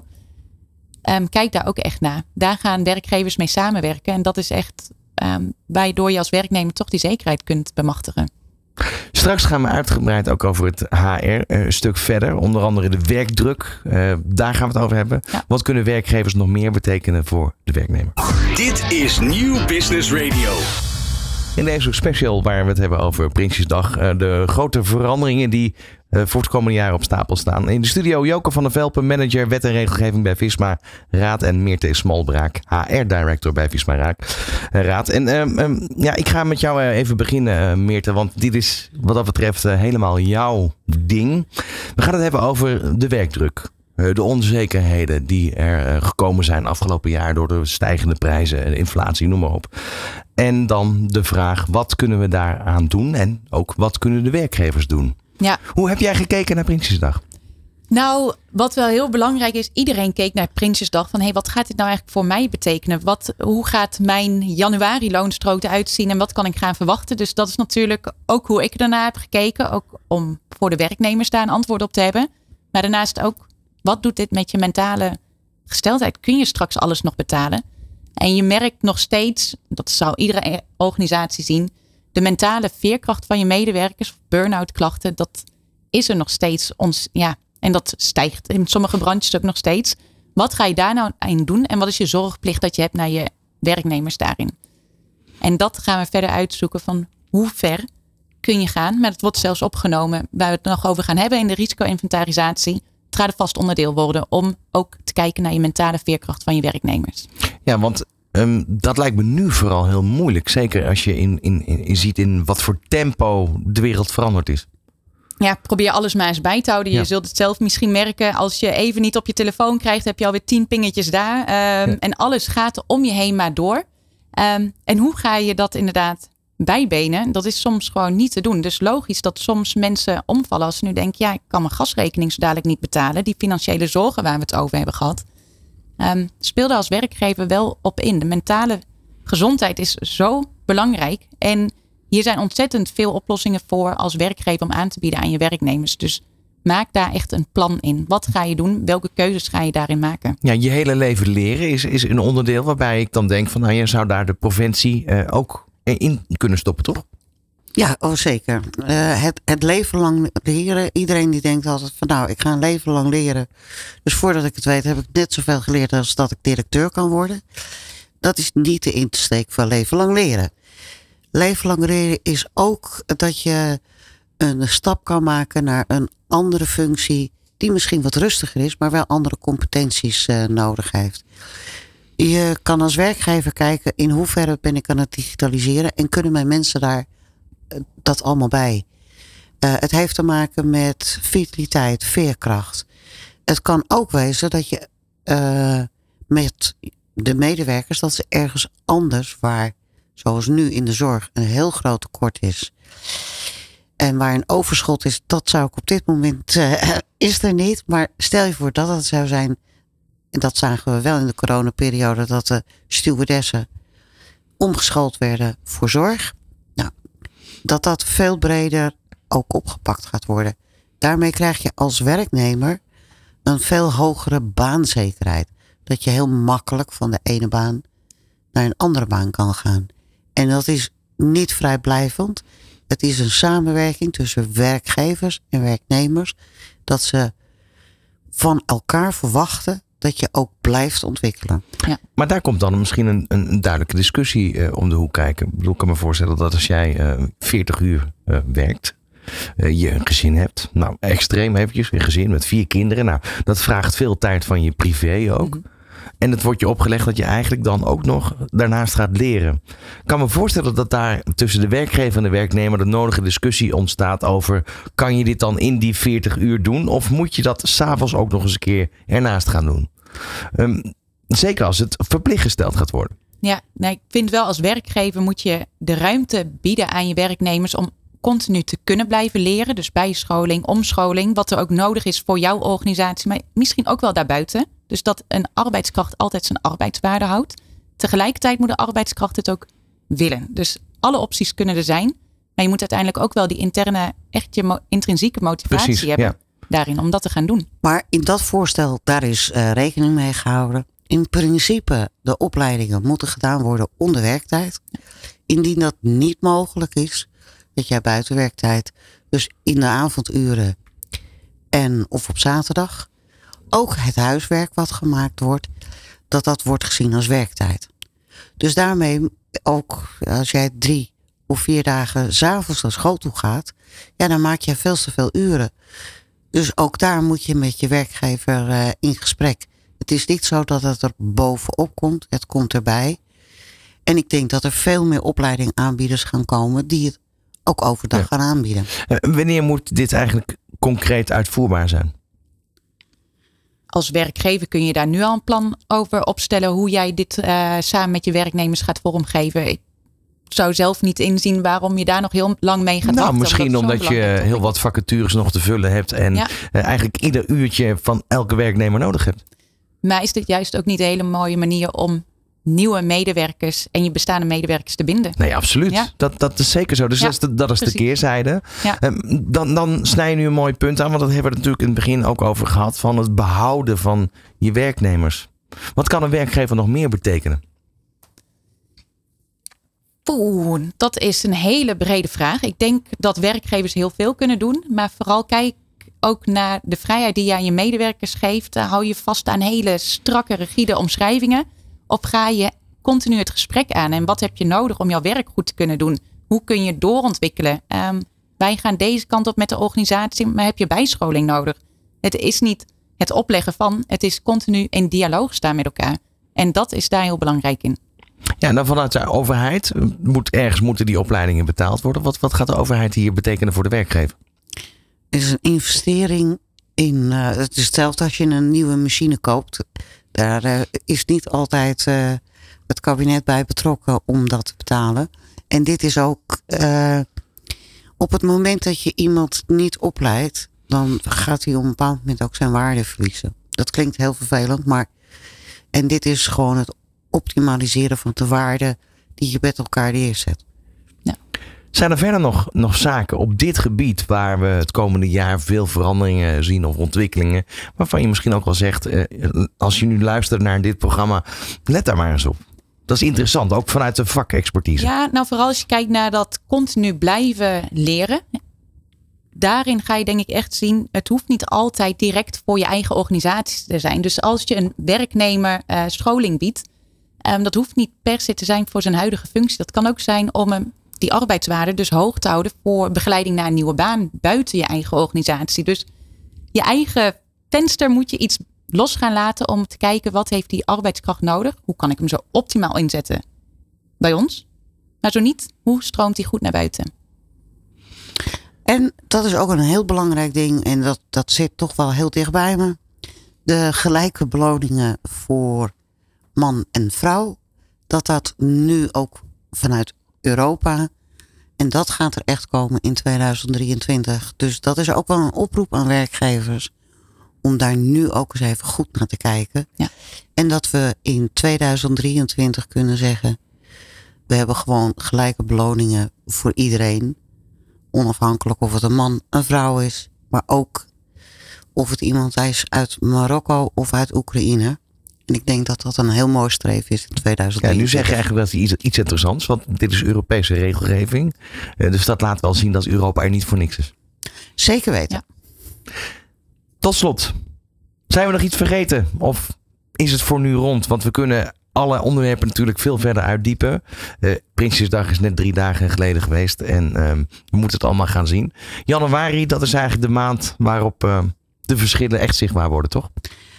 C: um, kijk daar ook echt naar. Daar gaan werkgevers mee samenwerken en dat is echt um, waardoor je als werknemer toch die zekerheid kunt bemachtigen.
B: Straks gaan we uitgebreid ook over het H R een stuk verder. Onder andere de werkdruk. Uh, daar gaan we het over hebben. Ja. Wat kunnen werkgevers nog meer betekenen voor de werknemer?
A: Dit is Nieuw Business Radio.
B: In deze special waar we het hebben over Prinsjesdag. Uh, de grote veranderingen die uh, voor het komende jaar op stapel staan. In de studio Joke van der Velpen, manager wet en regelgeving bij Visma Raad. En Meerte Smolbraak, H R-director bij Visma Raad. En um, um, ja, ik ga met jou uh, even beginnen, uh, Meerte. Want dit is wat dat betreft uh, helemaal jouw ding. We gaan het hebben over de werkdruk. Uh, de onzekerheden die er uh, gekomen zijn afgelopen jaar door de stijgende prijzen en inflatie, noem maar op. En dan de vraag, wat kunnen we daaraan doen? En ook, wat kunnen de werkgevers doen? Ja. Hoe heb jij gekeken naar Prinsjesdag?
C: Nou, wat wel heel belangrijk is, iedereen keek naar Prinsjesdag van, hé, hey, wat gaat dit nou eigenlijk voor mij betekenen? Wat, hoe gaat mijn januari loonstrook eruit zien en wat kan ik gaan verwachten? Dus dat is natuurlijk ook hoe ik ernaar heb gekeken. Ook om voor de werknemers daar een antwoord op te hebben. Maar daarnaast ook, wat doet dit met je mentale gesteldheid? Kun je straks alles nog betalen? En je merkt nog steeds, dat zou iedere organisatie zien, de mentale veerkracht van je medewerkers, burn-out klachten, dat is er nog steeds ons, ja, en dat stijgt in sommige branches ook nog steeds. Wat ga je daar nou aan doen? En wat is je zorgplicht dat je hebt naar je werknemers daarin? En dat gaan we verder uitzoeken van hoe ver kun je gaan. Maar het wordt zelfs opgenomen waar we het nog over gaan hebben in de risico-inventarisatie. Het gaat een vast onderdeel worden om ook te kijken naar je mentale veerkracht van je werknemers.
B: Ja, want um, dat lijkt me nu vooral heel moeilijk. Zeker als je in, in, in, ziet in wat voor tempo de wereld veranderd is.
C: Ja, probeer alles maar eens bij te houden. Je
B: Ja.
C: zult het zelf misschien merken. Als je even niet op je telefoon krijgt, heb je alweer tien pingetjes daar. Um, ja. En alles gaat er om je heen maar door. Um, en hoe ga je dat inderdaad bijbenen? Dat is soms gewoon niet te doen. Dus logisch dat soms mensen omvallen als ze nu denken, ja, ik kan mijn gasrekening zo dadelijk niet betalen. Die financiële zorgen waar we het over hebben gehad. Um, speel daar als werkgever wel op in. De mentale gezondheid is zo belangrijk. En hier zijn ontzettend veel oplossingen voor als werkgever om aan te bieden aan je werknemers. Dus maak daar echt een plan in. Wat ga je doen? Welke keuzes ga je daarin maken?
B: Ja, je hele leven leren is, is een onderdeel waarbij ik dan denk van, nou, je zou daar de preventie uh, ook in kunnen stoppen, toch?
D: Ja, oh zeker. Uh, het, het leven lang leren. Iedereen die denkt altijd van, nou, ik ga een leven lang leren. Dus voordat ik het weet heb ik net zoveel geleerd als dat ik directeur kan worden. Dat is niet de insteek van leven lang leren. Leven lang leren is ook dat je een stap kan maken naar een andere functie die misschien wat rustiger is, maar wel andere competenties uh, nodig heeft. Je kan als werkgever kijken in hoeverre ben ik aan het digitaliseren en kunnen mijn mensen daar uh, dat allemaal bij. Uh, het heeft te maken met vitaliteit, veerkracht. Het kan ook wezen dat je uh, met de medewerkers, dat ze ergens anders waar, zoals nu in de zorg, een heel groot tekort is. En waar een overschot is, dat zou ik op dit moment, uh, is er niet. Maar stel je voor dat het zou zijn, en dat zagen we wel in de coronaperiode, dat de stewardessen omgeschoold werden voor zorg. Nou, dat dat veel breder ook opgepakt gaat worden. Daarmee krijg je als werknemer een veel hogere baanzekerheid. Dat je heel makkelijk van de ene baan naar een andere baan kan gaan. En dat is niet vrijblijvend. Het is een samenwerking tussen werkgevers en werknemers. Dat ze van elkaar verwachten dat je ook blijft ontwikkelen.
C: Ja.
B: Maar daar komt dan misschien een, een duidelijke discussie uh, om de hoek kijken. Ik bedoel, ik kan me voorstellen dat als jij uh, veertig uur uh, werkt, uh, je een gezin hebt. Nou, extreem eventjes, een gezin met vier kinderen. Nou, dat vraagt veel tijd van je privé ook. Mm-hmm. En het wordt je opgelegd dat je eigenlijk dan ook nog daarnaast gaat leren. Ik kan me voorstellen dat daar tussen de werkgever en de werknemer de nodige discussie ontstaat over, kan je dit dan in die veertig uur doen? Of moet je dat 's avonds ook nog eens een keer ernaast gaan doen? Um, zeker als het verplicht gesteld gaat worden.
C: Ja, nou, ik vind wel als werkgever moet je de ruimte bieden aan je werknemers om continu te kunnen blijven leren. Dus bijscholing, omscholing, wat er ook nodig is voor jouw organisatie, maar misschien ook wel daarbuiten. Dus dat een arbeidskracht altijd zijn arbeidswaarde houdt. Tegelijkertijd moet de arbeidskracht het ook willen. Dus alle opties kunnen er zijn. Maar je moet uiteindelijk ook wel die interne, echt je mo- intrinsieke motivatie
B: Precies,
C: hebben.
B: Ja.
C: Daarin om dat te gaan doen.
D: Maar in dat voorstel, daar is uh, rekening mee gehouden. In principe, de opleidingen moeten gedaan worden onder werktijd. Indien dat niet mogelijk is, dat jij buiten werktijd, dus in de avonduren en of op zaterdag, ook het huiswerk wat gemaakt wordt, dat dat wordt gezien als werktijd. Dus daarmee ook als jij drie of vier dagen 's avonds naar school toe gaat, ja, dan maak je veel te veel uren. Dus ook daar moet je met je werkgever uh, in gesprek. Het is niet zo dat het er bovenop komt. Het komt erbij. En ik denk dat er veel meer opleidingaanbieders gaan komen die het ook overdag ja. gaan aanbieden.
B: Uh, wanneer moet dit eigenlijk concreet uitvoerbaar zijn?
C: Als werkgever kun je daar nu al een plan over opstellen hoe jij dit uh, samen met je werknemers gaat vormgeven. Ik zou zelf niet inzien waarom je daar nog heel lang mee gaat
B: nou,
C: wachten.
B: Misschien omdat, omdat je heel wat vacatures nog te vullen hebt en ja. uh, eigenlijk ieder uurtje van elke werknemer nodig hebt.
C: Maar is dit juist ook niet een hele mooie manier om nieuwe medewerkers en je bestaande medewerkers te binden?
B: Nee, absoluut. Ja. Dat, dat is zeker zo. Dus ja, dat is de, dat is de keerzijde. Ja. Um, dan, dan snij je nu een mooi punt aan, want dat hebben we het natuurlijk in het begin ook over gehad, van het behouden van je werknemers. Wat kan een werkgever nog meer betekenen?
C: Oeh, dat is een hele brede vraag. Ik denk dat werkgevers heel veel kunnen doen, maar vooral kijk ook naar de vrijheid die je aan je medewerkers geeft? Hou je vast aan hele strakke, rigide omschrijvingen? Of ga je continu het gesprek aan? En wat heb je nodig om jouw werk goed te kunnen doen? Hoe kun je doorontwikkelen? Um, wij gaan deze kant op met de organisatie, maar heb je bijscholing nodig? Het is niet het opleggen van, het is continu in dialoog staan met elkaar. En dat is daar heel belangrijk in.
B: Ja, nou vanuit de overheid, moet, ergens moeten die opleidingen betaald worden. Wat, wat gaat de overheid hier betekenen voor de werkgever?
D: Het is een investering in, uh, het is hetzelfde als je een nieuwe machine koopt. Daar uh, is niet altijd uh, het kabinet bij betrokken om dat te betalen. En dit is ook, uh, op het moment dat je iemand niet opleidt, dan gaat hij op een bepaald moment ook zijn waarde verliezen. Dat klinkt heel vervelend, maar en dit is gewoon het optimaliseren van de waarde die je met elkaar neerzet.
C: Ja.
B: Zijn er verder nog, nog zaken op dit gebied waar we het komende jaar veel veranderingen zien of ontwikkelingen, waarvan je misschien ook wel zegt, eh, als je nu luistert naar dit programma, let daar maar eens op. Dat is interessant, ook vanuit de vakexpertise.
C: Ja, nou vooral als je kijkt naar dat continu blijven leren. Daarin ga je denk ik echt zien, het hoeft niet altijd direct voor je eigen organisatie te zijn. Dus als je een werknemer uh, scholing biedt, um, dat hoeft niet per se te zijn voor zijn huidige functie. Dat kan ook zijn om hem die arbeidswaarde dus hoog te houden voor begeleiding naar een nieuwe baan buiten je eigen organisatie. Dus je eigen venster moet je iets los gaan laten om te kijken wat heeft die arbeidskracht nodig. Hoe kan ik hem zo optimaal inzetten bij ons? Maar zo niet, hoe stroomt hij goed naar buiten?
D: En dat is ook een heel belangrijk ding. En dat, dat zit toch wel heel dichtbij me. De gelijke beloningen voor man en vrouw. Dat dat nu ook vanuit Europa. En dat gaat er echt komen in tweeduizend drieëntwintig. Dus dat is ook wel een oproep aan werkgevers. Om daar nu ook eens even goed naar te kijken.
C: Ja.
D: En dat we in tweeduizend drieëntwintig kunnen zeggen. We hebben gewoon gelijke beloningen voor iedereen. Onafhankelijk of het een man, een vrouw is. Maar ook of het iemand is uit Marokko of uit Oekraïne. En ik denk dat dat een heel mooi streven is in tweeduizend drieëntwintig. Ja,
B: nu zeg je eigenlijk wel iets, iets interessants. Want dit is Europese regelgeving. Dus dat laat wel zien dat Europa er niet voor niks is.
D: Zeker weten.
C: Ja.
B: Tot slot. Zijn we nog iets vergeten? Of is het voor nu rond? Want we kunnen alle onderwerpen natuurlijk veel verder uitdiepen. Uh, Prinsjesdag is net drie dagen geleden geweest. En uh, we moeten het allemaal gaan zien. Januari, dat is eigenlijk de maand waarop uh, de verschillen echt zichtbaar worden, toch?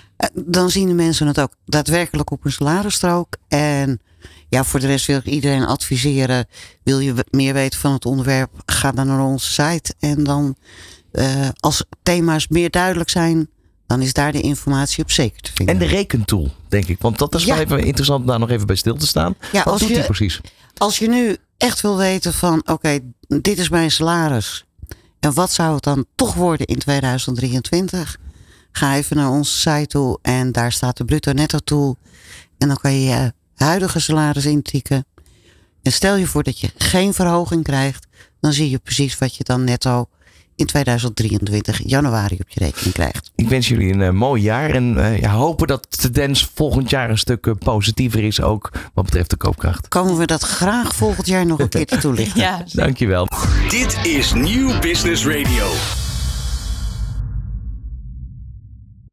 D: Dan zien de mensen het ook daadwerkelijk op hun salarisstrook. En ja, voor de rest wil ik iedereen adviseren. Wil je meer weten van het onderwerp? Ga dan naar onze site. En dan uh, als thema's meer duidelijk zijn, dan is daar de informatie op zeker te vinden.
B: En de rekentool, denk ik. Want dat is ja. wel even interessant om daar nog even bij stil te staan.
D: Ja,
B: Wat
D: als
B: doet
D: je,
B: die precies?
D: Als je nu echt wil weten van, oké, okay, dit is mijn salaris. En wat zou het dan toch worden in tweeduizend drieëntwintig? Ga even naar onze site toe en daar staat de bruto netto tool. En dan kan je je huidige salaris intikken. En stel je voor dat je geen verhoging krijgt. Dan zie je precies wat je dan netto in tweeduizend drieëntwintig januari op je rekening krijgt.
B: Ik wens jullie een uh, mooi jaar. En uh, ja, hopen dat de tendens volgend jaar een stuk uh, positiever is. Ook wat betreft de koopkracht.
D: Komen we dat graag volgend jaar nog een keer te toelichten.
C: Ja.
B: Dankjewel.
A: Dit is Nieuw Business Radio.